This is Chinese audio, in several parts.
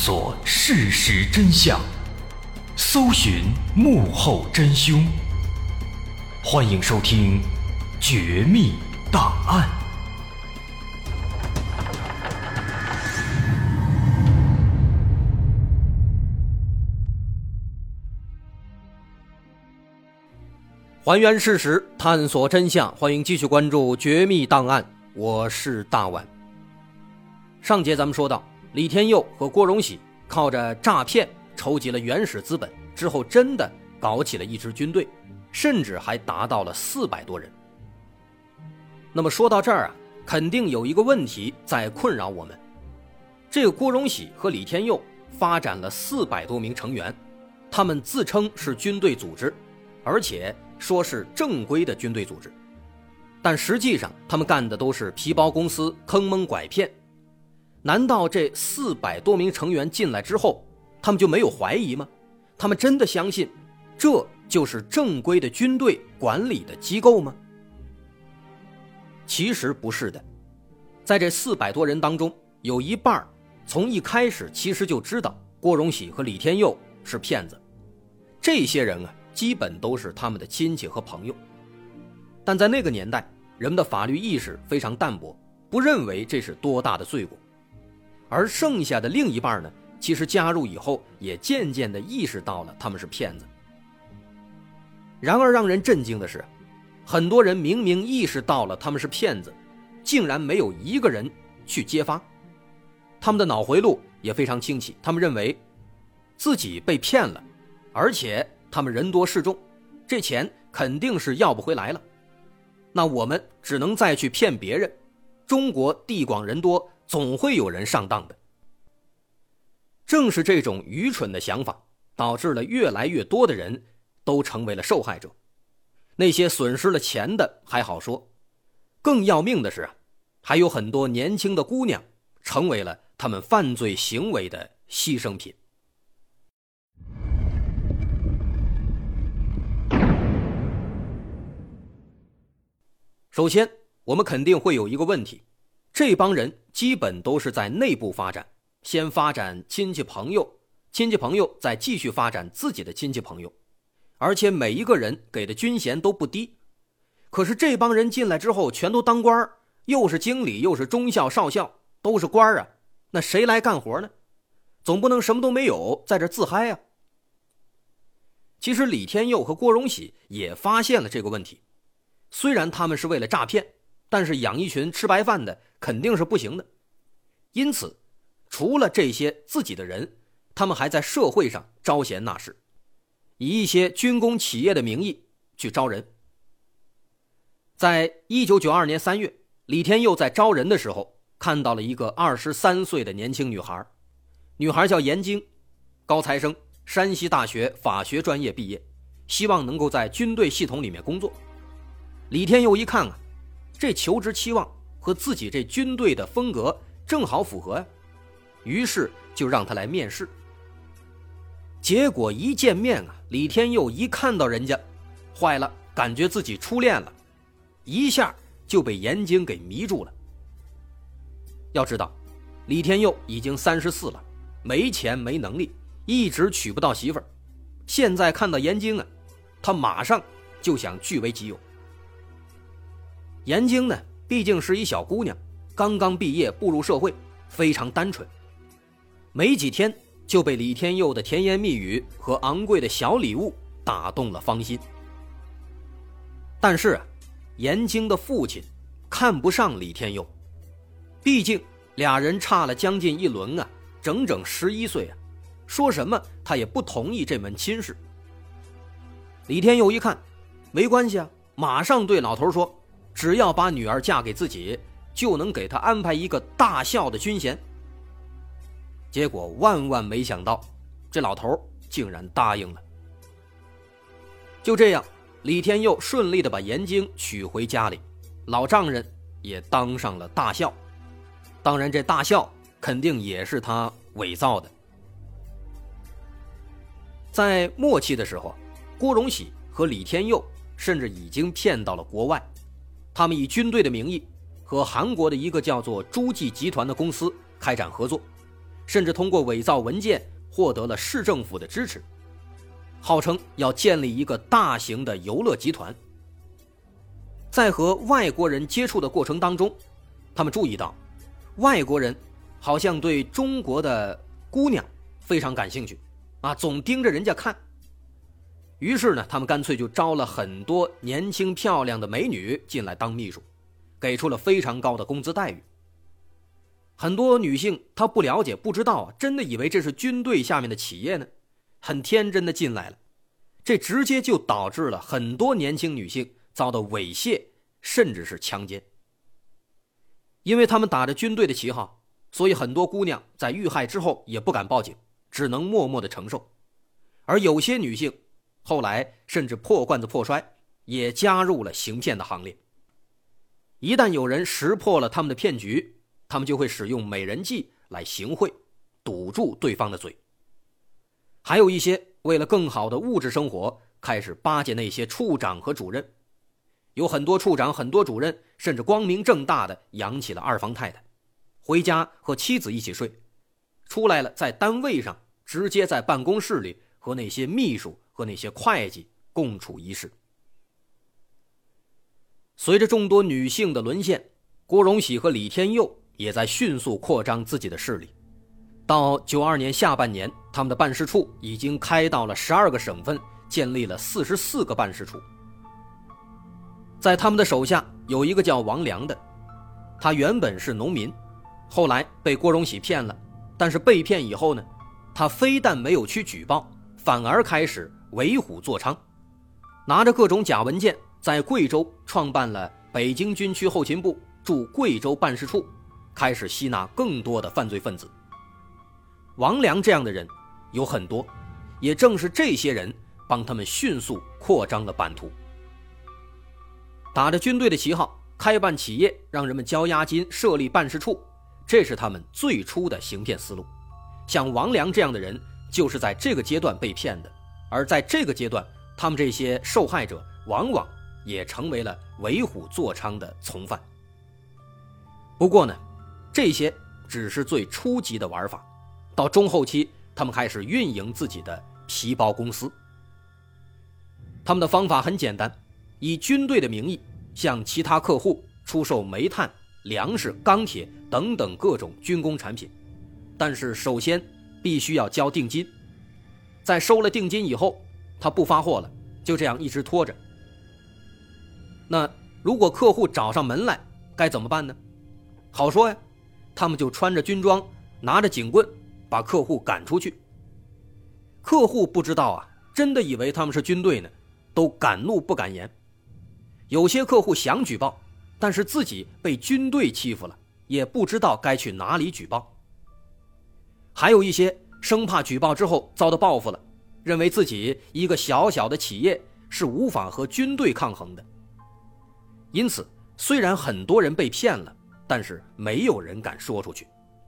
索事实真相，搜寻幕后真凶。欢迎收听《绝密档案》。 还原事实，探索真相，欢迎继续关注《绝密档案》，我是大碗。上节咱们说到，李天佑和郭荣喜靠着诈骗筹集了原始资本，之后真的搞起了一支军队，甚至还达到了400多人。那么说到这儿啊，肯定有一个问题在困扰我们。这个郭荣喜和李天佑发展了400多名成员，他们自称是军队组织，而且说是正规的军队组织，但实际上他们干的都是皮包公司，坑蒙拐骗。难道这400多名成员进来之后，他们就没有怀疑吗？他们真的相信这就是正规的军队管理的机构吗？其实不是的。在这400多人当中，有一半从一开始其实就知道郭荣喜和李天佑是骗子。这些人啊，基本都是他们的亲戚和朋友。但在那个年代，人们的法律意识非常淡薄，不认为这是多大的罪过。而剩下的另一半呢，其实加入以后也渐渐地意识到了他们是骗子。然而让人震惊的是，很多人明明意识到了他们是骗子，竟然没有一个人去揭发。他们的脑回路也非常清晰，他们认为自己被骗了，而且他们人多势众，这钱肯定是要不回来了，那我们只能再去骗别人，中国地广人多，总会有人上当的。正是这种愚蠢的想法，导致了越来越多的人都成为了受害者。那些损失了钱的还好说，更要命的是还有很多年轻的姑娘成为了他们犯罪行为的牺牲品。首先，我们肯定会有一个问题，这帮人基本都是在内部发展，先发展亲戚朋友，亲戚朋友再继续发展自己的亲戚朋友，而且每一个人给的军衔都不低。可是这帮人进来之后全都当官，又是经理又是中校少校，都是官啊，那谁来干活呢？总不能什么都没有在这自嗨啊。其实李天佑和郭荣喜也发现了这个问题，虽然他们是为了诈骗，但是养一群吃白饭的肯定是不行的。因此除了这些自己的人，他们还在社会上招贤纳士，以一些军工企业的名义去招人。在1992年3月，李天佑在招人的时候看到了一个23岁的年轻女孩，女孩叫严晶，高材生，山西大学法学专业毕业，希望能够在军队系统里面工作。李天佑一看啊，这求职期望和自己这军队的风格正好符合呀，于是就让他来面试。结果一见面啊，李天佑一看到人家，坏了，感觉自己初恋了，一下就被严晶给迷住了。要知道，李天佑已经34了，没钱没能力，一直娶不到媳妇儿。现在看到严晶啊，他马上就想据为己有。严晶呢，毕竟是一小姑娘，刚刚毕业步入社会，非常单纯，没几天就被李天佑的甜言蜜语和昂贵的小礼物打动了芳心。但是严晶的父亲看不上李天佑，毕竟俩人差了将近一轮啊，整整11岁啊，说什么他也不同意这门亲事。李天佑一看没关系啊，马上对老头说，只要把女儿嫁给自己，就能给他安排一个大校的军衔。结果万万没想到，这老头竟然答应了。就这样，李天佑顺利地把严晶娶回家里，老丈人也当上了大校。当然这大校肯定也是他伪造的。在末期的时候，郭荣喜和李天佑甚至已经骗到了国外，他们以军队的名义和韩国的一个叫做诸暨集团的公司开展合作， 甚至通过伪造文件获得了市政府的支持，号称要建立一个大型的游乐集团。在和外国人接触的过程当中，他们注意到外国人好像对中国的姑娘非常感兴趣总盯着人家看。于是呢，他们干脆就招了很多年轻漂亮的美女进来当秘书，给出了非常高的工资待遇。很多女性她不了解不知道真的以为这是军队下面的企业呢，很天真的进来了。这直接就导致了很多年轻女性遭到猥亵甚至是强奸。因为他们打着军队的旗号，所以很多姑娘在遇害之后也不敢报警，只能默默的承受。而有些女性后来甚至破罐子破摔，也加入了行骗的行列。一旦有人识破了他们的骗局，他们就会使用美人计来行贿，堵住对方的嘴。还有一些为了更好的物质生活，开始巴结那些处长和主任。有很多处长很多主任甚至光明正大的养起了二房太太，回家和妻子一起睡，出来了在单位上直接在办公室里和那些秘书和那些会计共处一室。随着众多女性的沦陷，郭荣喜和李天佑也在迅速扩张自己的势力。到92年下半年，他们的办事处已经开到了12个省份，建立了44个办事处。在他们的手下有一个叫王良的，他原本是农民，后来被郭荣喜骗了，但是被骗以后呢，他非但没有去举报，反而开始为虎作伥，拿着各种假文件在贵州创办了北京军区后勤部驻贵州办事处，开始吸纳更多的犯罪分子。王良这样的人有很多，也正是这些人帮他们迅速扩张了版图。打着军队的旗号开办企业，让人们交押金设立办事处，这是他们最初的行骗思路。像王良这样的人就是在这个阶段被骗的，而在这个阶段他们这些受害者往往也成为了为虎作伥的从犯。不过呢，这些只是最初级的玩法，到中后期他们开始运营自己的皮包公司。他们的方法很简单，以军队的名义向其他客户出售煤炭、粮食、钢铁等等各种军工产品，但是首先必须要交定金。在收了定金以后，他不发货了，就这样一直拖着。那如果客户找上门来该怎么办呢？好说呀，他们就穿着军装，拿着警棍把客户赶出去。客户不知道真的以为他们是军队呢，都敢怒不敢言。有些客户想举报，但是自己被军队欺负了，也不知道该去哪里举报。还有一些生怕举报之后遭到报复了，认为自己一个小小的企业是无法和军队抗衡的。因此虽然很多人被骗了，但是没有人敢说出去。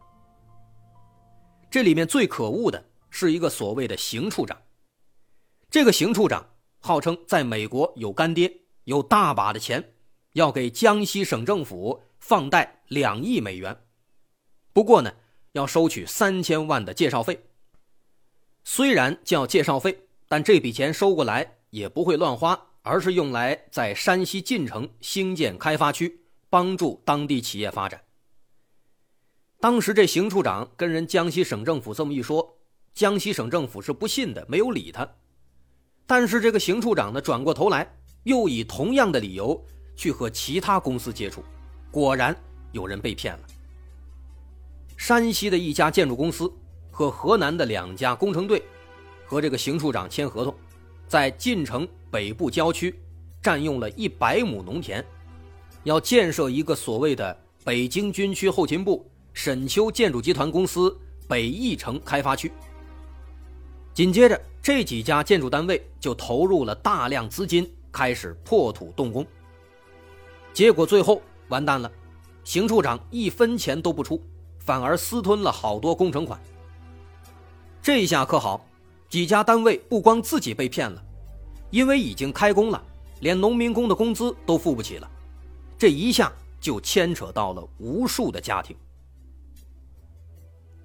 这里面最可恶的是一个所谓的邢处长。这个邢处长号称在美国有干爹，有大把的钱，要给江西省政府放贷2亿美元。不过呢，要收取3000万的介绍费。虽然叫介绍费，但这笔钱收过来也不会乱花，而是用来在山西晋城兴建开发区，帮助当地企业发展。当时这邢处长跟人江西省政府这么一说，江西省政府是不信的，没有理他。但是这个邢处长呢，转过头来又以同样的理由去和其他公司接触，果然有人被骗了。山西的一家建筑公司和河南的2家工程队和这个邢处长签合同，在晋城北部郊区占用了100亩农田，要建设一个所谓的北京军区后勤部沈丘建筑集团公司北翼城开发区。紧接着这几家建筑单位就投入了大量资金，开始破土动工。结果最后完蛋了，邢处长1分钱都不出，反而私吞了好多工程款。这下可好，几家单位不光自己被骗了，因为已经开工了，连农民工的工资都付不起了，这一下就牵扯到了无数的家庭。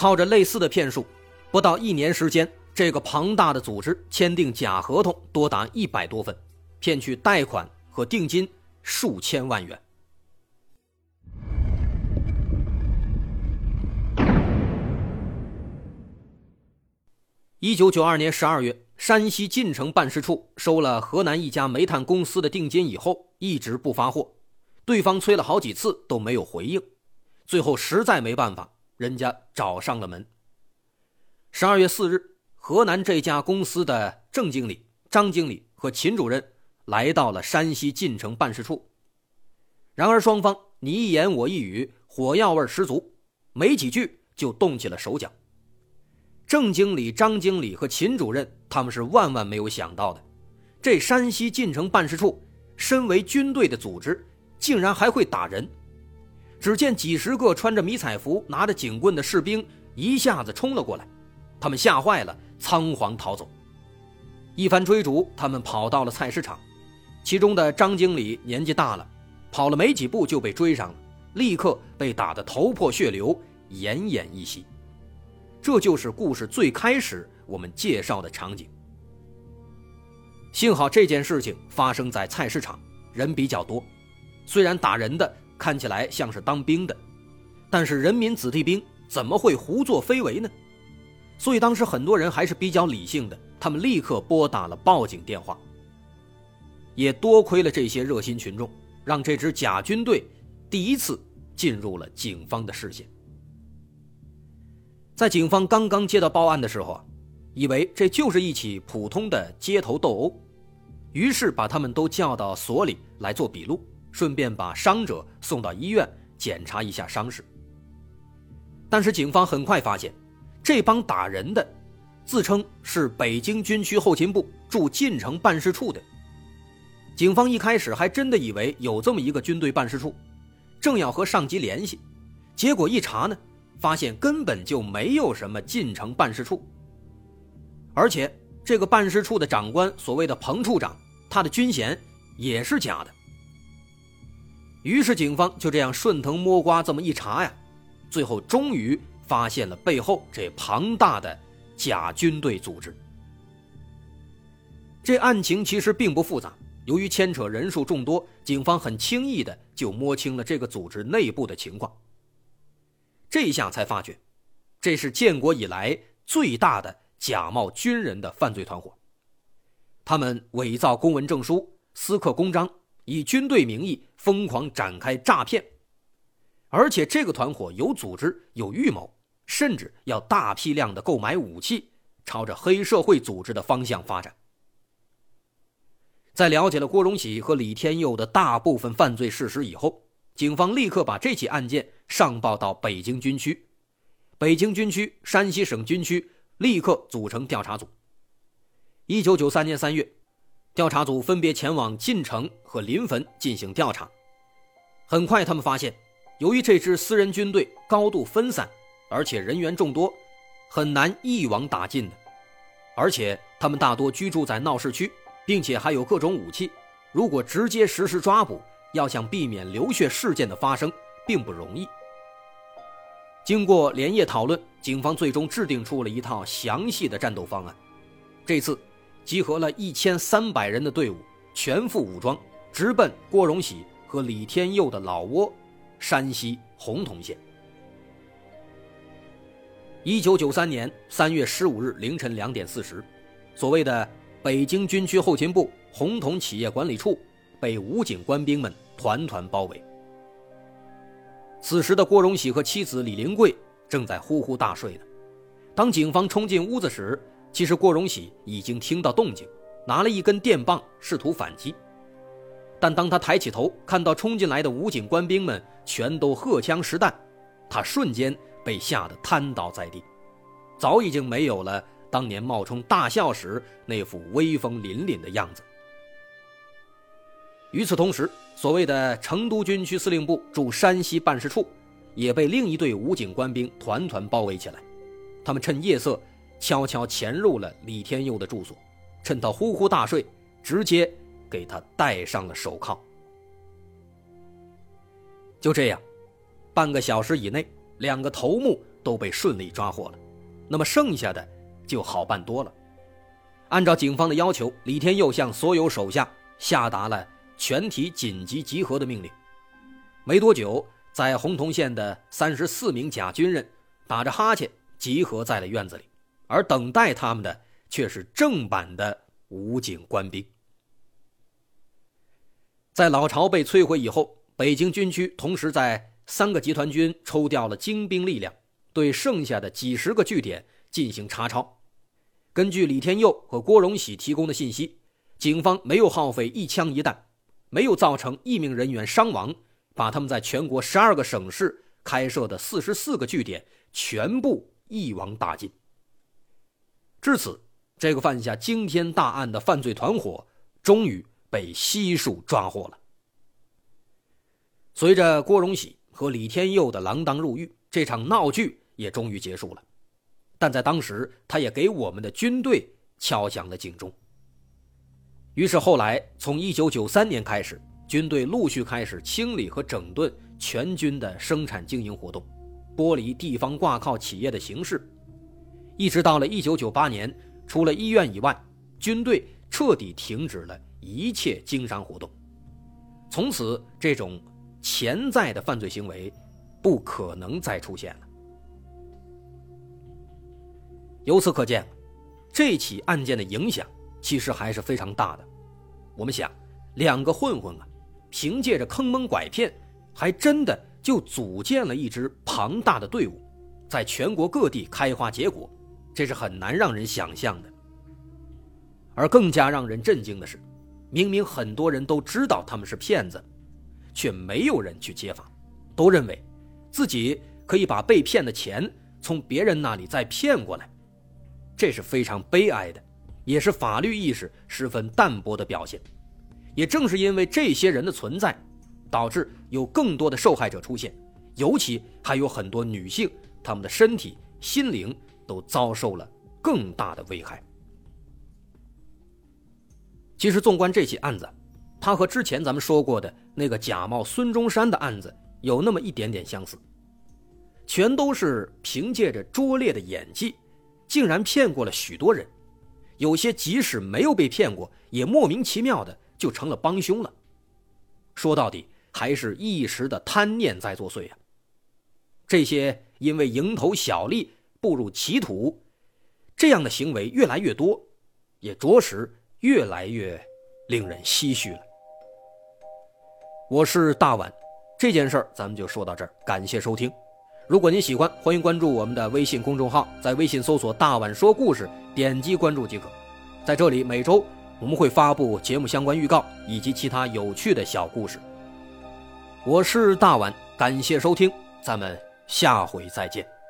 靠着类似的骗术，不到1年时间，这个庞大的组织签订假合同多达100多份，骗取贷款和定金数千万元。1992年12月，山西晋城办事处收了河南一家煤炭公司的定金以后，一直不发货，对方催了好几次都没有回应，最后实在没办法，人家找上了门。12月4日，河南这家公司的郑经理、张经理和秦主任来到了山西晋城办事处。然而双方你一言我一语，火药味十足，没几句就动起了手脚。郑经理、张经理和秦主任他们是万万没有想到的，这山西晋城办事处身为军队的组织，竟然还会打人。只见几十个穿着迷彩服拿着警棍的士兵一下子冲了过来，他们吓坏了，仓皇逃走。一番追逐，他们跑到了菜市场，其中的张经理年纪大了，跑了没几步就被追上了，立刻被打得头破血流，奄奄一息。这就是故事最开始我们介绍的场景。幸好这件事情发生在菜市场，人比较多，虽然打人的看起来像是当兵的，但是人民子弟兵怎么会胡作非为呢？所以当时很多人还是比较理性的，他们立刻拨打了报警电话。也多亏了这些热心群众，让这支假军队第一次进入了警方的视线。在警方刚刚接到报案的时候，以为这就是一起普通的街头斗殴，于是把他们都叫到所里来做笔录，顺便把伤者送到医院检查一下伤势。但是警方很快发现，这帮打人的自称是北京军区后勤部驻晋城办事处的。警方一开始还真的以为有这么一个军队办事处，正要和上级联系，结果一查呢，发现根本就没有什么晋城办事处。而且这个办事处的长官，所谓的彭处长，他的军衔也是假的。于是警方就这样顺藤摸瓜这么一查呀，最后终于发现了背后这庞大的假军队组织。这案情其实并不复杂，由于牵扯人数众多，警方很轻易的就摸清了这个组织内部的情况。这一下才发觉，这是建国以来最大的假冒军人的犯罪团伙。他们伪造公文证书，私刻公章，以军队名义疯狂展开诈骗。而且这个团伙有组织、有预谋，甚至要大批量的购买武器，朝着黑社会组织的方向发展。在了解了郭荣喜和李天佑的大部分犯罪事实以后，警方立刻把这起案件上报到北京军区。北京军区、山西省军区立刻组成调查组。1993年3月，调查组分别前往晋城和临汾进行调查。很快他们发现，由于这支私人军队高度分散，而且人员众多，很难一网打尽的。而且他们大多居住在闹市区，并且还有各种武器，如果直接实施抓捕，要想避免流血事件的发生并不容易。经过连夜讨论，警方最终制定出了一套详细的战斗方案。这次集合了1300人的队伍，全副武装，直奔郭荣喜和李天佑的老窝山西洪洞县。1993年3月15日凌晨2点40，所谓的北京军区后勤部洪洞企业管理处被武警官兵们团团包围。此时的郭荣喜和妻子李林贵正在呼呼大睡呢。当警方冲进屋子时，其实郭荣喜已经听到动静，拿了一根电棒试图反击。但当他抬起头，看到冲进来的武警官兵们全都荷枪实弹，他瞬间被吓得瘫倒在地，早已经没有了当年冒充大校时那副威风凛凛的样子。与此同时，所谓的成都军区司令部驻山西办事处也被另一队武警官兵团团包围起来。他们趁夜色悄悄潜入了李天佑的住所，趁他呼呼大睡，直接给他戴上了手铐。就这样，半个小时以内，两个头目都被顺利抓获了，那么剩下的就好办多了。按照警方的要求，李天佑向所有手下下达了全体紧急集合的命令。没多久，在洪洞县的34名假军人打着哈欠集合在了院子里，而等待他们的却是正版的武警官兵。在老巢被摧毁以后，北京军区同时在3个集团军抽调了精兵力量，对剩下的几十个据点进行查抄。根据李天佑和郭荣喜提供的信息，警方没有耗费一枪一弹，没有造成1名人员伤亡，把他们在全国12个省市开设的44个据点全部一网打尽。至此，这个犯下惊天大案的犯罪团伙终于被悉数抓获了。随着郭荣喜和李天佑的锒铛入狱，这场闹剧也终于结束了。但在当时，他也给我们的军队敲响了警钟。于是后来，从1993年开始，军队陆续开始清理和整顿全军的生产经营活动，剥离地方挂靠企业的形式。一直到了1998年，除了医院以外，军队彻底停止了一切经商活动。从此，这种潜在的犯罪行为不可能再出现了。由此可见，这起案件的影响其实还是非常大的。我们想，2个混混凭借着坑蒙拐骗，还真的就组建了一支庞大的队伍，在全国各地开花结果，这是很难让人想象的。而更加让人震惊的是，明明很多人都知道他们是骗子，却没有人去揭发，都认为自己可以把被骗的钱从别人那里再骗过来。这是非常悲哀的，也是法律意识十分淡薄的表现。也正是因为这些人的存在，导致有更多的受害者出现，尤其还有很多女性，她们的身体、心灵都遭受了更大的危害。其实纵观这起案子，它和之前咱们说过的那个假冒孙中山的案子有那么一点点相似，全都是凭借着拙劣的演技，竟然骗过了许多人，有些即使没有被骗过，也莫名其妙的就成了帮凶了。说到底，还是一时的贪念在作祟啊！这些因为蝇头小利步入歧途，这样的行为越来越多，也着实越来越令人唏嘘了。我是大碗，这件事儿咱们就说到这儿，感谢收听。如果您喜欢，欢迎关注我们的微信公众号，在微信搜索大碗说故事，点击关注即可。在这里每周我们会发布节目相关预告以及其他有趣的小故事。我是大碗，感谢收听，咱们下回再见。